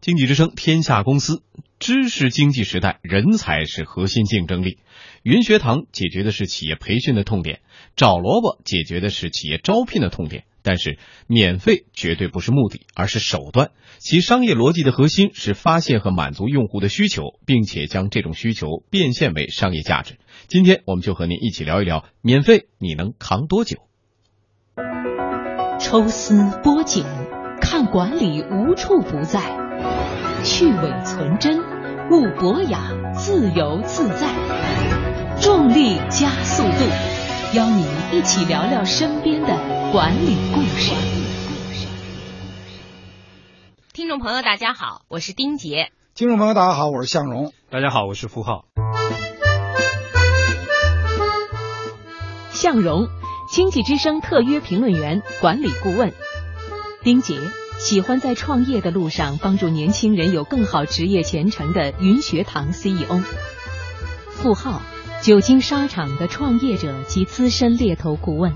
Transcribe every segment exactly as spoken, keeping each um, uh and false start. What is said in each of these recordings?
经济之声天下公司，知识经济时代，人才是核心竞争力。云学堂解决的是企业培训的痛点，找萝卜解决的是企业招聘的痛点。但是免费绝对不是目的，而是手段。其商业逻辑的核心是发现和满足用户的需求，并且将这种需求变现为商业价值。今天我们就和您一起聊一聊，免费你能扛多久？ 抽丝剥茧，看管理无处不在，去伪存真，勿博雅，自由自在，重力加速度，邀你一起聊聊身边的管理故事。 听众朋友大家好，我是丁杰。 听众朋友大家好，我是向荣。 大家好，我是付浩。 向荣，经济之声特约评论员、管理顾问。丁杰，喜欢在创业的路上帮助年轻人有更好职业前程的云学堂 C E O。付浩，久经沙场的创业者及资深猎头顾问。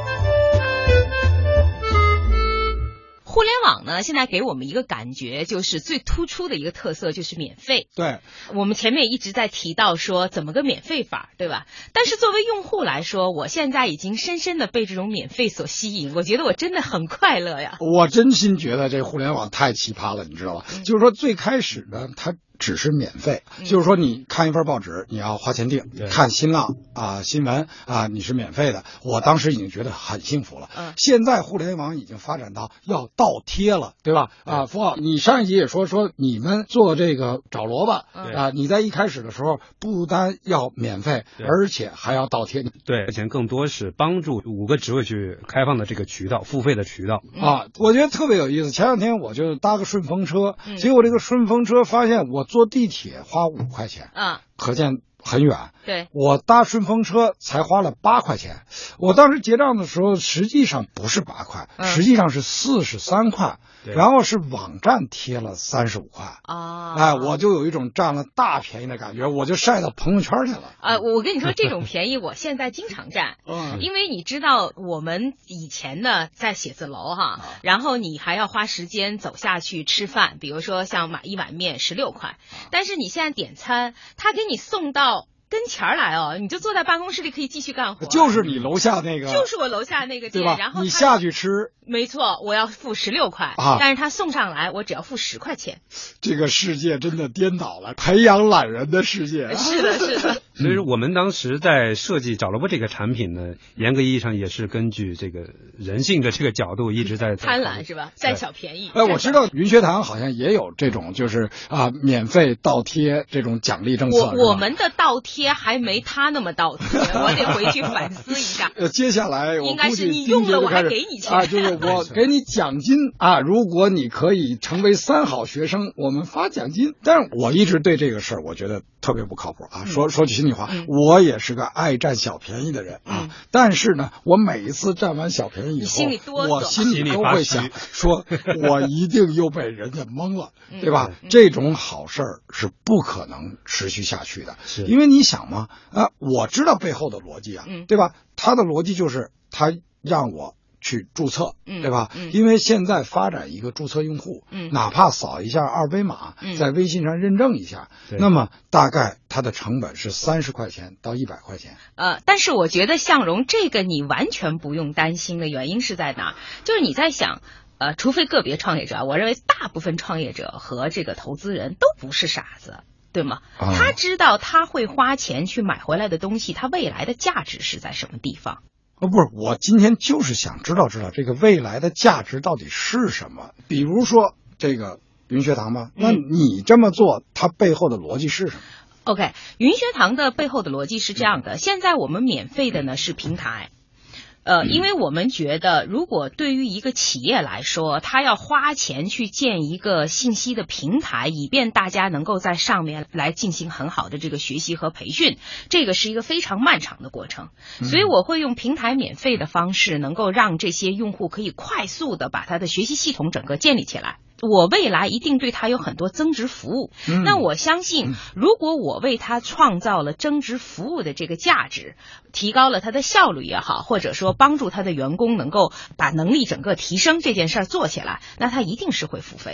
互联网呢，现在给我们一个感觉，就是最突出的一个特色就是免费。 对， 我们前面一直在提到说怎么个免费法，对吧？但是作为用户来说，我现在已经深深的被这种免费所吸引，我觉得我真的很快乐呀。 我真心觉得这互联网太奇葩了，你知道吧？嗯、就是说最开始呢，它只是免费，嗯、就是说你看一份报纸，你要花钱订；看新浪啊、呃、新闻啊，你是免费的。我当时已经觉得很幸福了。嗯，现在互联网已经发展到要倒贴了，对吧？啊，付浩，你上一集也说说你们做这个找萝卜啊、呃，你在一开始的时候不单要免费，而且还要倒贴。 对，而且更多是帮助五个职位去开放的这个渠道，付费的渠道啊，我觉得特别有意思。前两天我就搭个顺风车，嗯、结果这个顺风车发现我坐地铁花五块钱，啊，可见很远。 对， 我搭顺风车才花了八块钱。我当时结账的时候，实际上不是八块，嗯、实际上是四十三块，然后是网站贴了三十五块。啊，哎，我就有一种占了大便宜的感觉，我就晒到朋友圈去了。 啊，我跟你说，这种便宜我现在经常占，嗯，因为你知道我们以前呢在写字楼哈，啊、然后你还要花时间走下去吃饭，比如说像买一碗面十六块，但是你现在点餐，他给你送到跟前儿来哦，你就坐在办公室里可以继续干活。 就是你楼下那个， 就是我楼下那个店，然后你下去吃， 没错，我要付十六块啊，但是他送上来我只要付十块钱。 这个世界真的颠倒了，培养懒人的世界。 是的，是的。 所以说我们当时在设计找萝卜这个产品呢，严格意义上也是根据这个人性的这个角度一直在贪婪是吧？占小便宜。 哎，我知道云学堂好像也有这种，就是啊，免费倒贴这种奖励政策。 我我们的倒贴还没他那么倒贴，我得回去反思一下。 呃，接下来我应该是你用了我还给你钱啊，就是我给你奖金啊，如果你可以成为三好学生，我们发奖金。但是我一直对这个事儿，我觉得特别不靠谱啊。说说句心里话，嗯、我也是个爱占小便宜的人啊。嗯、但是呢，我每一次占完小便宜以后， 心里多我心里都会想说，我一定又被人家蒙了，对吧？嗯、这种好事儿是不可能持续下去的，因为你想嘛，啊，我知道背后的逻辑啊，嗯、对吧？他的逻辑就是他让我去注册，嗯、对吧？嗯、因为现在发展一个注册用户，嗯、哪怕扫一下二维码，嗯、在微信上认证一下，那么大概它的成本是三十块钱到一百块钱。 呃，但是我觉得向荣这个你完全不用担心的原因是在哪？就是你在想。呃，除非个别创业者，我认为大部分创业者和这个投资人都不是傻子，对吗？啊、他知道他会花钱去买回来的东西，他未来的价值是在什么地方？ 哦，不是，我今天就是想知道知道这个未来的价值到底是什么。比如说这个云学堂吧，那你这么做，它背后的逻辑是什么 ？OK， 云学堂的背后的逻辑是这样的，现在我们免费的呢是平台。呃，因为我们觉得，如果对于一个企业来说，他要花钱去建一个信息的平台，以便大家能够在上面来进行很好的这个学习和培训，这个是一个非常漫长的过程。所以我会用平台免费的方式，能够让这些用户可以快速的把他的学习系统整个建立起来。我未来一定对他有很多增值服务，嗯、那我相信，如果我为他创造了增值服务的这个价值，提高了他的效率也好，或者说帮助他的员工能够把能力整个提升这件事儿做起来，那他一定是会付费的。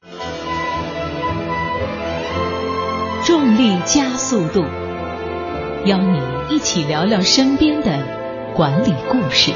重力加速度，邀你一起聊聊身边的管理故事。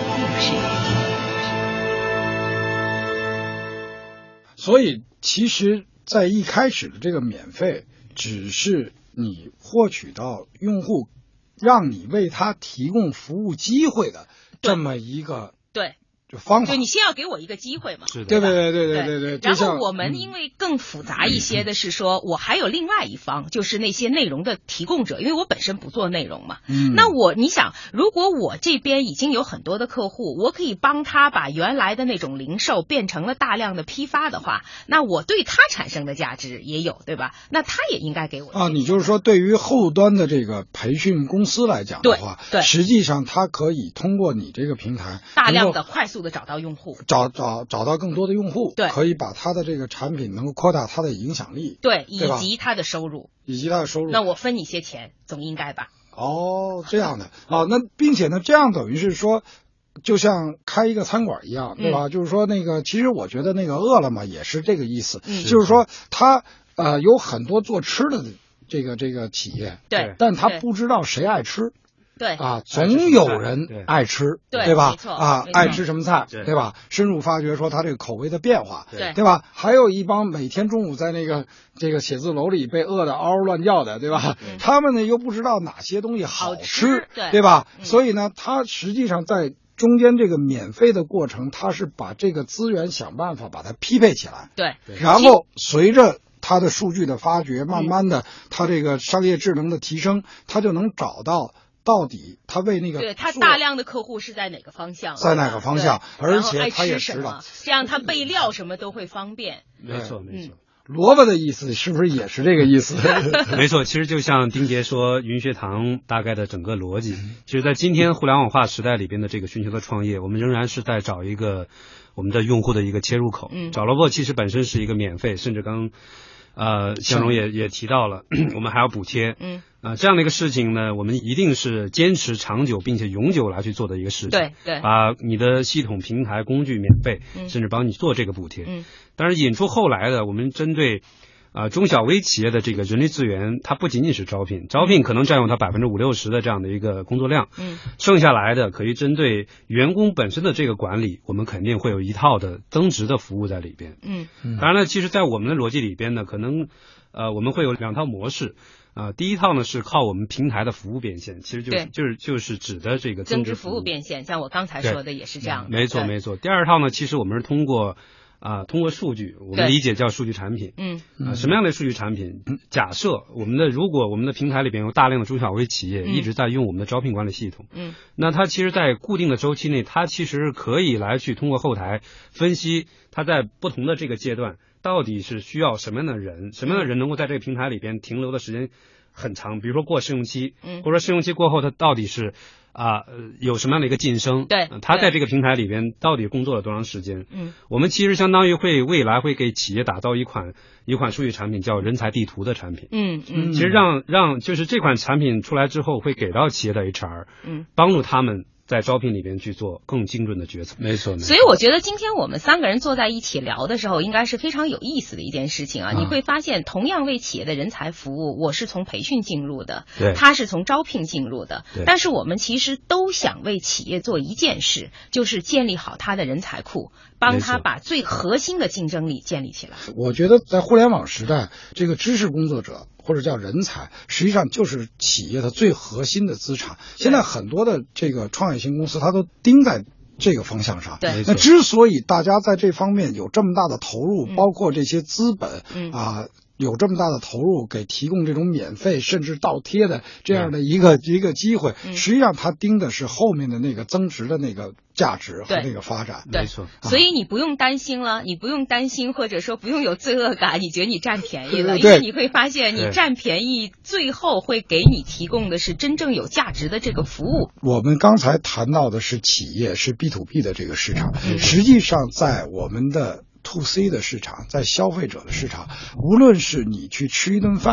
所以，其实，在一开始的这个免费，只是你获取到用户，让你为他提供服务机会的这么一个对。 就方法， 就你先要给我一个机会嘛， 是的， 对对对对对对对。 然后我们因为更复杂一些的是说， 嗯、 我还有另外一方，就是那些内容的提供者，因为我本身不做内容嘛。 嗯。 那我你想，如果我这边已经有很多的客户，我可以帮他把原来的那种零售变成了大量的批发的话，那我对他产生的价值也有，对吧？那他也应该给我。 啊，你就是说，对于后端的这个培训公司来讲的话， 对，对实际上他可以通过你这个平台， 大量的、快速的找到用户。 找找找到更多的用户， 对， 可以把他的这个产品能够扩大他的影响力， 对，以及他的收入， 以及他的收入。 那我分你些钱，总应该吧？ 哦，这样的啊，那并且呢，这样等于是说，就像开一个餐馆一样，对吧？ 嗯、 就是说那个，其实我觉得那个饿了么也是这个意思， 嗯、 就是说他呃有很多做吃的这个这个企业， 对， 但他不知道谁爱吃。 对啊，总有人爱吃， 对, 对吧？ 啊， 爱吃什么菜， 对, 对吧？深入发掘说他这个口味的变化， 对对吧？还有一帮每天中午在那个这个写字楼里被饿得嗷嗷乱叫的，对吧？ 嗯、 他们呢又不知道哪些东西好吃， 好吃对, 对吧？ 嗯、 所以呢，他实际上在中间这个免费的过程，他是把这个资源想办法把它匹配起来， 对， 然后随着他的数据的发掘，慢慢的他这个商业智能的提升，他就能找到。到底他为那个对他大量的客户是在哪个方向？ 在哪个方向？而且他也知道， 这样他备料什么都会方便。 没错，没错。 萝卜的意思是不是也是这个意思？ 没错，其实就像丁杰说，云学堂大概的整个逻辑，其实在今天互联网化时代里边的这个全球的创业，我们仍然是在找一个我们的用户的一个切入口。 嗯， 找萝卜其实本身是一个免费，甚至刚呃向荣也也提到了，我们还要补贴。 嗯。 啊、呃，这样的一个事情呢，我们一定是坚持长久并且永久来去做的一个事情。 对对， 把你的系统、平台、工具免费， 嗯、 甚至帮你做这个补贴。 嗯， 当然引出后来的，我们针对啊、呃、中小微企业的这个人力资源，它不仅仅是招聘，招聘可能占用它百分之五六十的这样的一个工作量。 嗯， 剩下来的可以针对员工本身的这个管理，我们肯定会有一套的增值的服务在里边。 嗯， 当然了，其实，在我们的逻辑里边呢，可能呃我们会有两套模式。啊、呃，第一套呢是靠我们平台的服务变现，其实就是就是就是指的这个增值服务变现，像我刚才说的也是这样的。 没错没错。第二套呢，其实我们是通过啊、呃、通过数据，我们理解叫数据产品。 嗯啊、呃，什么样的数据产品？假设我们的如果我们的平台里边有大量的中小微企业、 嗯、 一直在用我们的招聘管理系统， 嗯， 那它其实，在固定的周期内，它其实可以来去通过后台分析它在不同的这个阶段。到底是需要什么样的人？什么样的人能够在这个平台里边停留的时间很长？比如说过试用期， 嗯， 或者说试用期过后，他到底是啊、呃、有什么样的一个晋升？ 对、 呃，他在这个平台里边到底工作了多长时间？ 嗯， 我们其实相当于会未来会给企业打造一款一款数据产品，叫人才地图的产品。 嗯嗯， 其实让让就是这款产品出来之后，会给到企业的 H R， 嗯， 帮助他们在招聘里边去做更精准的决策。 没错， 所以我觉得今天我们三个人坐在一起聊的时候，应该是非常有意思的一件事情啊！ 啊你会发现，同样为企业的人才服务，我是从培训进入的， 对， 他是从招聘进入的， 对。 但是我们其实都想为企业做一件事，就是建立好他的人才库，帮他把最核心的竞争力建立起来。 我觉得在互联网时代，这个知识工作者或者叫人才，实际上就是企业的最核心的资产。现在很多的这个创业型公司，它都盯在这个方向上。 对， 那之所以大家在这方面有这么大的投入， 嗯、 包括这些资本， 嗯啊。有这么大的投入，给提供这种免费甚至倒贴的这样的一个、嗯、一个机会， 嗯、 实际上它盯的是后面的那个增值的那个价值和那个发展。 对， 没错。 所以你不用担心了，你不用担心，或者说不用有罪恶感，你觉得你占便宜了，因为你会发现你占便宜，最后会给你提供的是真正有价值的这个服务。 我们刚才谈到的是企业，是 B to B 的这个市场， 嗯、 实际上在我们的to C 的市场，在消费者的市场，无论是你去吃一顿饭，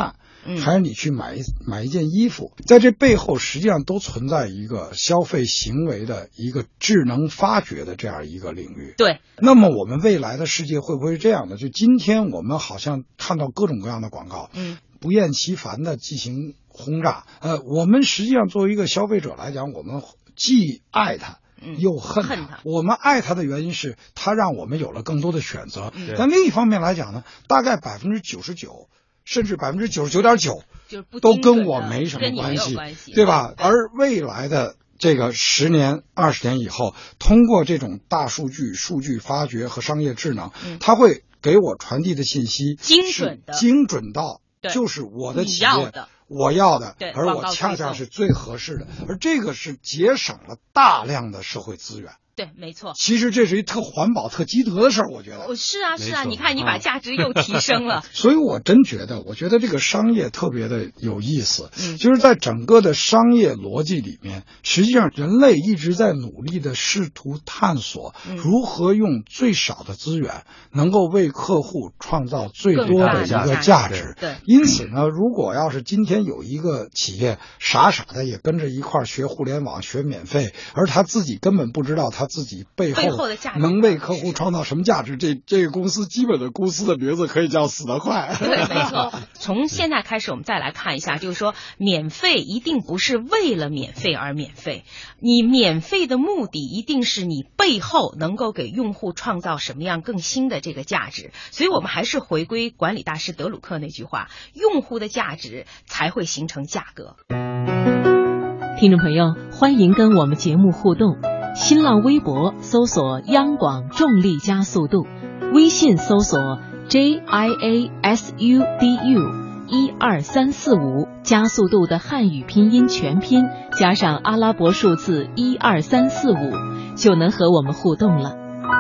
嗯、 还是你去买一买一件衣服，在这背后实际上都存在一个消费行为的一个智能发掘的这样一个领域。 对， 那么我们未来的世界会不会是这样的？就今天我们好像看到各种各样的广告， 嗯， 不厌其烦的进行轰炸。呃，我们实际上作为一个消费者来讲，我们既爱它。又恨他， 恨他。 我们爱他的原因是他让我们有了更多的选择， 嗯、 但另一方面来讲呢，大概百分之九十九，甚至百分之九十九点九，都跟我没什么关系， 关系对吧？对，而未来的这个十年、二十年以后，通过这种大数据、数据发掘和商业智能， 嗯、 它会给我传递的信息精准的， 精准到就是我的企业。 要的我要的， 对， 而我恰恰是最合适的，而这个是节省了大量的社会资源。 对，没错。 其实这是一特环保、特积德的事儿，我觉得。 哦，是啊，是啊，你看你把价值又提升了。 所以我真觉得，我觉得这个商业特别的有意思。 嗯， 就是在整个的商业逻辑里面，实际上人类一直在努力的试图探索如何用最少的资源，能够为客户创造最多的一个价值。 对。 因此呢，如果要是今天有一个企业傻傻的也跟着一块儿学互联网、学免费，而他自己根本不知道他自己背后能为客户创造什么价值，这这个公司基本的公司的名字可以叫死得快。 对，没错。从现在开始，我们再来看一下，就是说，免费一定不是为了免费而免费，你免费的目的一定是你背后能够给用户创造什么样更新的这个价值。所以我们还是回归管理大师德鲁克那句话：用户的价值才会形成价格。 听众朋友，欢迎跟我们节目互动。新浪微博搜索央广重力加速度，微信搜索 J I A S U D U 一二三四五，加速度的汉语拼音全拼加上阿拉伯数字一二三四五，就能和我们互动了。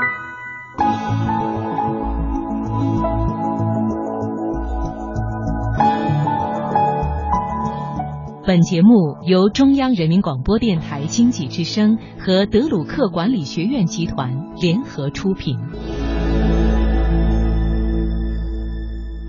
本节目由中央人民广播电台经济之声和德鲁克管理学院集团联合出品。